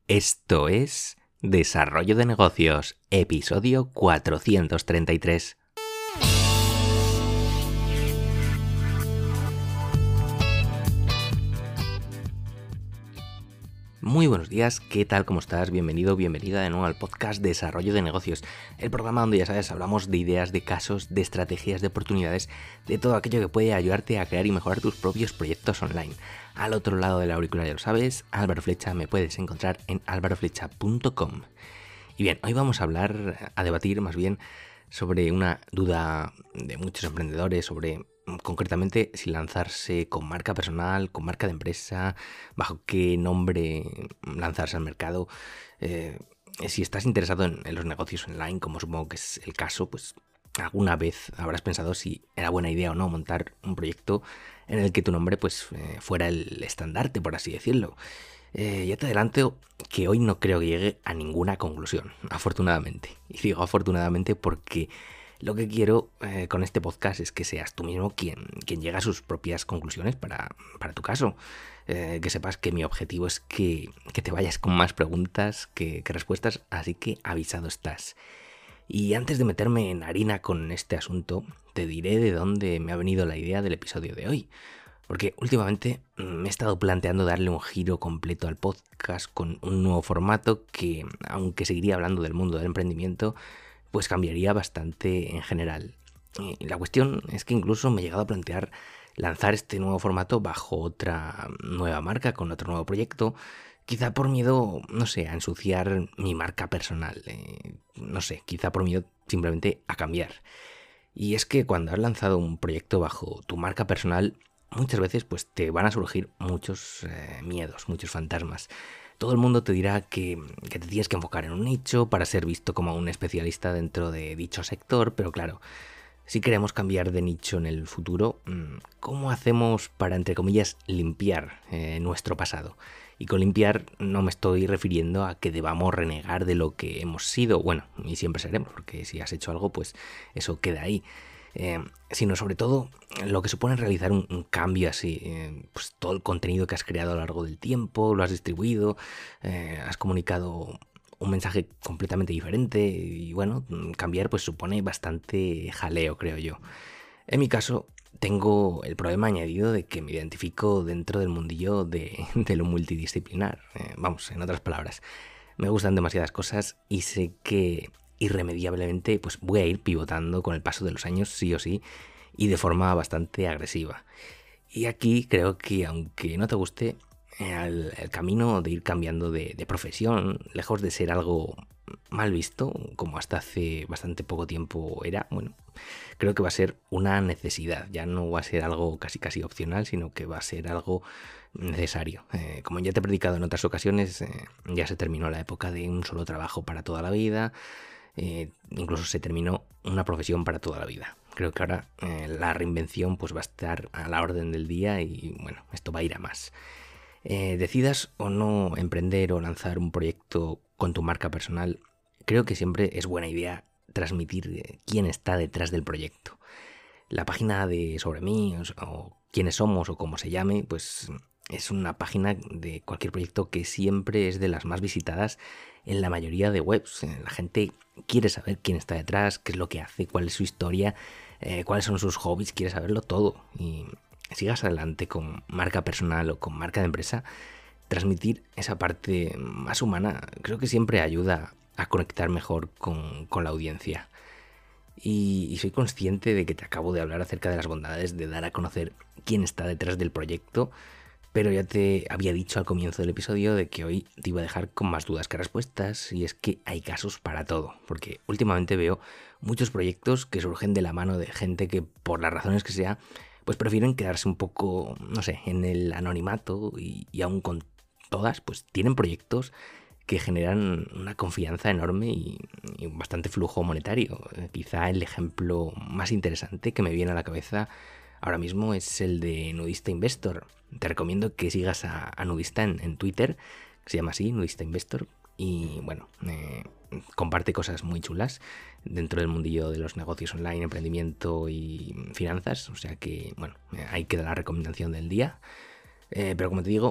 Esto es Desarrollo de Negocios, episodio 433. Muy buenos días, ¿qué tal? ¿Cómo estás? Bienvenido, bienvenida de nuevo al podcast Desarrollo de Negocios, el programa donde ya sabes, hablamos de ideas, de casos, de estrategias, de oportunidades, de todo aquello que puede ayudarte a crear y mejorar tus propios proyectos online. Al otro lado del auricular ya lo sabes, Álvaro Flecha, me puedes encontrar en alvaroflecha.com. Y bien, hoy vamos a debatir más bien sobre una duda de muchos emprendedores sobre concretamente si lanzarse con marca personal, con marca de empresa, bajo qué nombre lanzarse al mercado. Si estás interesado en los negocios online, como supongo que es el caso, pues alguna vez habrás pensado si era buena idea o no montar un proyecto en el que tu nombre pues fuera el estandarte, por así decirlo. Ya te adelanto que hoy no creo que llegue a ninguna conclusión, afortunadamente. Y digo afortunadamente porque lo que quiero con este podcast es que seas tú mismo quien llegue a sus propias conclusiones para tu caso. Que sepas que mi objetivo es que te vayas con más preguntas que respuestas, así que avisado estás. Y antes de meterme en harina con este asunto, te diré de dónde me ha venido la idea del episodio de hoy. Porque últimamente me he estado planteando darle un giro completo al podcast con un nuevo formato que, aunque seguiría hablando del mundo del emprendimiento, pues cambiaría bastante en general. Y la cuestión es que incluso me he llegado a plantear lanzar este nuevo formato bajo otra nueva marca, con otro nuevo proyecto, quizá por miedo, no sé, a ensuciar mi marca personal, no sé, quizá por miedo simplemente a cambiar. Y es que cuando has lanzado un proyecto bajo tu marca personal, muchas veces pues te van a surgir muchos miedos, muchos fantasmas. Todo el mundo te dirá que te tienes que enfocar en un nicho para ser visto como un especialista dentro de dicho sector, pero claro, si queremos cambiar de nicho en el futuro, ¿cómo hacemos para, entre comillas, limpiar nuestro pasado? Y con limpiar no me estoy refiriendo a que debamos renegar de lo que hemos sido, bueno, y siempre seremos, porque si has hecho algo, pues eso queda ahí. Sino sobre todo lo que supone realizar un cambio así, pues todo el contenido que has creado a lo largo del tiempo, lo has distribuido, has comunicado un mensaje completamente diferente y bueno, cambiar pues supone bastante jaleo, creo yo. En mi caso, tengo el problema añadido de que me identifico dentro del mundillo de lo multidisciplinar. Vamos, en otras palabras, me gustan demasiadas cosas y sé que irremediablemente pues voy a ir pivotando con el paso de los años, sí o sí, y de forma bastante agresiva. Y aquí creo que aunque no te guste, el camino de ir cambiando de profesión, lejos de ser algo mal visto, como hasta hace bastante poco tiempo era, bueno, creo que va a ser una necesidad, ya no va a ser algo casi opcional, sino que va a ser algo necesario. Como ya te he predicado en otras ocasiones, ya se terminó la época de un solo trabajo para toda la vida, incluso se terminó una profesión para toda la vida. Creo que ahora la reinvención pues va a estar a la orden del día y bueno, esto va a ir a más. Decidas o no emprender o lanzar un proyecto con tu marca personal, creo que siempre es buena idea transmitir quién está detrás del proyecto. La página de Sobre mí o quiénes somos o cómo se llame, pues es una página de cualquier proyecto que siempre es de las más visitadas en la mayoría de webs. La gente quiere saber quién está detrás, qué es lo que hace, cuál es su historia, cuáles son sus hobbies, quiere saberlo todo. Y sigas adelante con marca personal o con marca de empresa, transmitir esa parte más humana creo que siempre ayuda a conectar mejor con la audiencia. Y soy consciente de que te acabo de hablar acerca de las bondades de dar a conocer quién está detrás del proyecto, pero ya te había dicho al comienzo del episodio de que hoy te iba a dejar con más dudas que respuestas, y es que hay casos para todo, porque últimamente veo muchos proyectos que surgen de la mano de gente que, por las razones que sea, pues prefieren quedarse un poco, no sé, en el anonimato y aún con todas, pues tienen proyectos que generan una confianza enorme y bastante flujo monetario. Quizá el ejemplo más interesante que me viene a la cabeza ahora mismo es el de Nudista Investor. Te recomiendo que sigas a Nudista en Twitter, que se llama así, Nudista Investor, y bueno, comparte cosas muy chulas dentro del mundillo de los negocios online, emprendimiento y finanzas, o sea que, bueno, ahí queda la recomendación del día. Pero como te digo,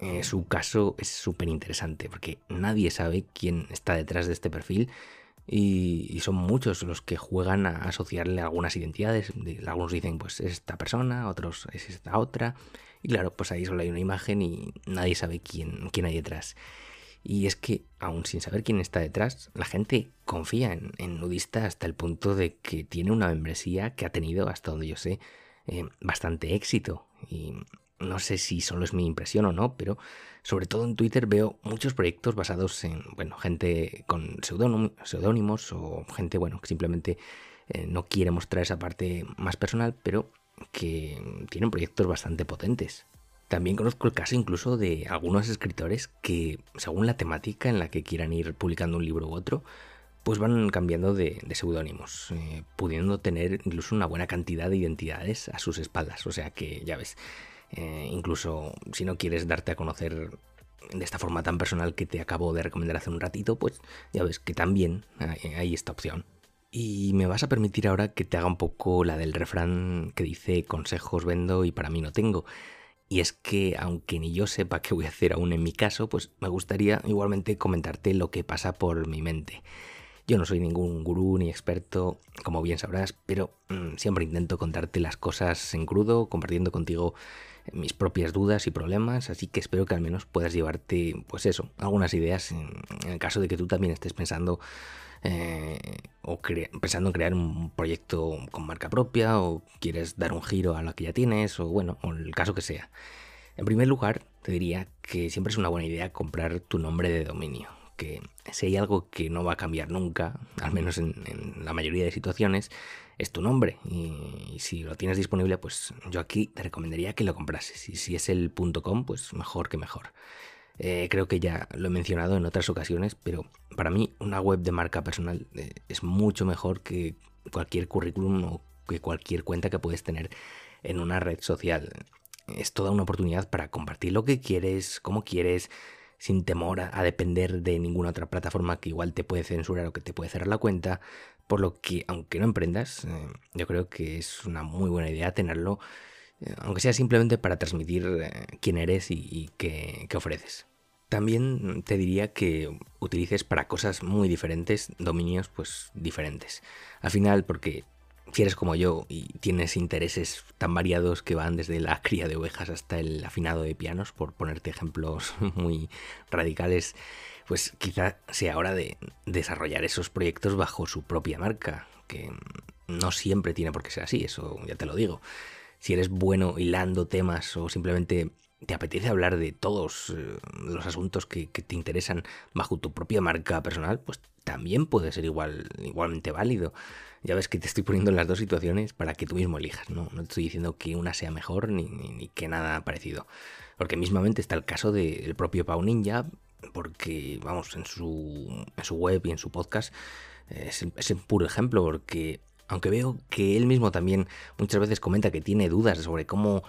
su caso es súper interesante porque nadie sabe quién está detrás de este perfil y son muchos los que juegan a asociarle algunas identidades. Algunos dicen pues es esta persona, otros es esta otra. Y claro, pues ahí solo hay una imagen y nadie sabe quién hay detrás. Y es que, aún sin saber quién está detrás, la gente confía en Nudista hasta el punto de que tiene una membresía que ha tenido, hasta donde yo sé, bastante éxito. Y no sé si solo es mi impresión o no, pero sobre todo en Twitter veo muchos proyectos basados en, bueno, gente con seudónimos o gente, bueno, que simplemente no quiere mostrar esa parte más personal, pero que tienen proyectos bastante potentes. También conozco el caso incluso de algunos escritores que, según la temática en la que quieran ir publicando un libro u otro, pues van cambiando de seudónimos, pudiendo tener incluso una buena cantidad de identidades a sus espaldas. O sea que, ya ves, incluso si no quieres darte a conocer de esta forma tan personal que te acabo de recomendar hace un ratito, pues ya ves que también hay esta opción. Y me vas a permitir ahora que te haga un poco la del refrán que dice consejos vendo y para mí no tengo. Y es que, aunque ni yo sepa qué voy a hacer aún en mi caso, pues me gustaría igualmente comentarte lo que pasa por mi mente. Yo no soy ningún gurú ni experto, como bien sabrás, pero siempre intento contarte las cosas en crudo, compartiendo contigo mis propias dudas y problemas, así que espero que al menos puedas llevarte, pues eso, algunas ideas en el caso de que tú también estés pensando pensando en crear un proyecto con marca propia o quieres dar un giro a lo que ya tienes o bueno, o el caso que sea. En primer lugar, te diría que siempre es una buena idea comprar tu nombre de dominio, que si hay algo que no va a cambiar nunca, al menos en la mayoría de situaciones, es tu nombre. Y si lo tienes disponible, pues yo aquí te recomendaría que lo comprases. Y si es el .com, pues mejor que mejor. Creo que ya lo he mencionado en otras ocasiones, pero para mí una web de marca personal es mucho mejor que cualquier currículum o que cualquier cuenta que puedes tener en una red social. Es toda una oportunidad para compartir lo que quieres, cómo quieres, sin temor a depender de ninguna otra plataforma que igual te puede censurar o que te puede cerrar la cuenta. Por lo que, aunque no emprendas, yo creo que es una muy buena idea tenerlo, aunque sea simplemente para transmitir quién eres y qué ofreces. También te diría que utilices para cosas muy diferentes dominios pues diferentes. Al final, porque si eres como yo y tienes intereses tan variados que van desde la cría de ovejas hasta el afinado de pianos, por ponerte ejemplos muy radicales, pues quizá sea hora de desarrollar esos proyectos bajo su propia marca, que no siempre tiene por qué ser así, eso ya te lo digo. Si eres bueno hilando temas o simplemente te apetece hablar de todos los asuntos que te interesan bajo tu propia marca personal, pues también puede ser igualmente válido. Ya ves que te estoy poniendo en las dos situaciones para que tú mismo elijas, ¿no? No te estoy diciendo que una sea mejor ni que nada parecido. Porque mismamente está el caso del propio Pau Ninja, porque, vamos, en su web y en su podcast es un puro ejemplo, porque aunque veo que él mismo también muchas veces comenta que tiene dudas sobre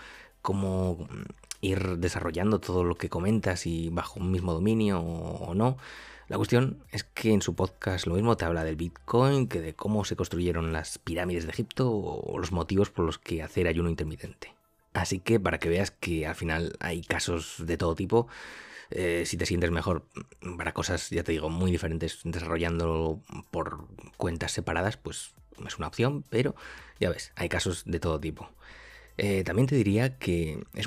cómo ir desarrollando todo lo que comentas y bajo un mismo dominio o no. La cuestión es que en su podcast lo mismo te habla del Bitcoin que de cómo se construyeron las pirámides de Egipto o los motivos por los que hacer ayuno intermitente. Así que para que veas que al final hay casos de todo tipo, si te sientes mejor para cosas, ya te digo, muy diferentes, desarrollando por cuentas separadas, pues es una opción, pero ya ves, hay casos de todo tipo. También te diría que es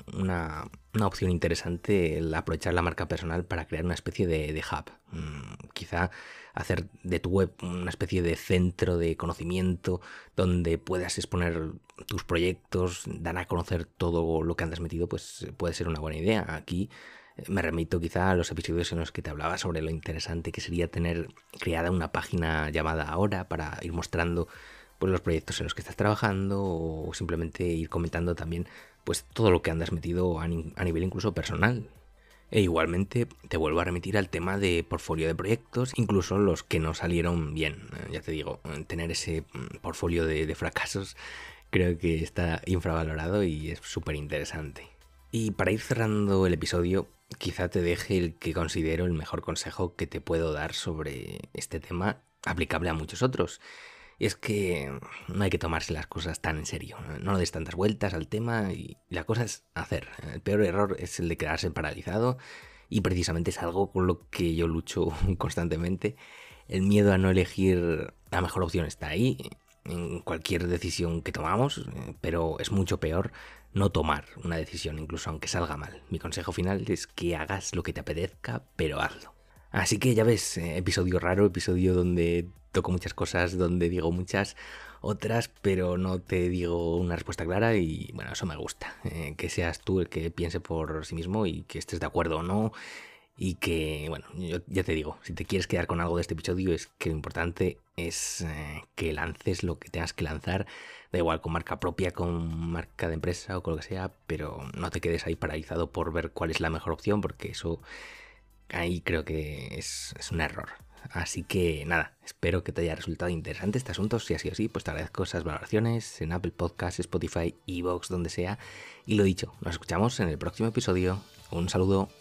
una opción interesante el aprovechar la marca personal para crear una especie de hub. Quizá hacer de tu web una especie de centro de conocimiento donde puedas exponer tus proyectos, dar a conocer todo lo que andas metido, pues puede ser una buena idea. Aquí me remito quizá a los episodios en los que te hablaba sobre lo interesante que sería tener creada una página llamada Ahora para ir mostrando pues los proyectos en los que estás trabajando o simplemente ir comentando también pues todo lo que andas metido a nivel incluso personal. E igualmente te vuelvo a remitir al tema de portfolio de proyectos, incluso los que no salieron bien. Ya te digo, tener ese portfolio de fracasos creo que está infravalorado y es súper interesante. Y para ir cerrando el episodio, quizá te deje el que considero el mejor consejo que te puedo dar sobre este tema aplicable a muchos otros. Y es que no hay que tomarse las cosas tan en serio, no le des tantas vueltas al tema y la cosa es hacer. El peor error es el de quedarse paralizado y precisamente es algo con lo que yo lucho constantemente. El miedo a no elegir la mejor opción está ahí, en cualquier decisión que tomamos, pero es mucho peor no tomar una decisión, incluso aunque salga mal. Mi consejo final es que hagas lo que te apetezca, pero hazlo. Así que ya ves, episodio raro, episodio donde toco muchas cosas, donde digo muchas otras, pero no te digo una respuesta clara y bueno, eso me gusta. Que seas tú el que piense por sí mismo y que estés de acuerdo o no. Y que, bueno, yo ya te digo, si te quieres quedar con algo de este episodio es que lo importante es que lances lo que tengas que lanzar, da igual con marca propia, con marca de empresa o con lo que sea, pero no te quedes ahí paralizado por ver cuál es la mejor opción, porque eso ahí creo que es un error. Así que nada, espero que te haya resultado interesante este asunto. Si ha sido así, pues te agradezco esas valoraciones en Apple Podcasts, Spotify, iVoox, donde sea. Y lo dicho, nos escuchamos en el próximo episodio. Un saludo.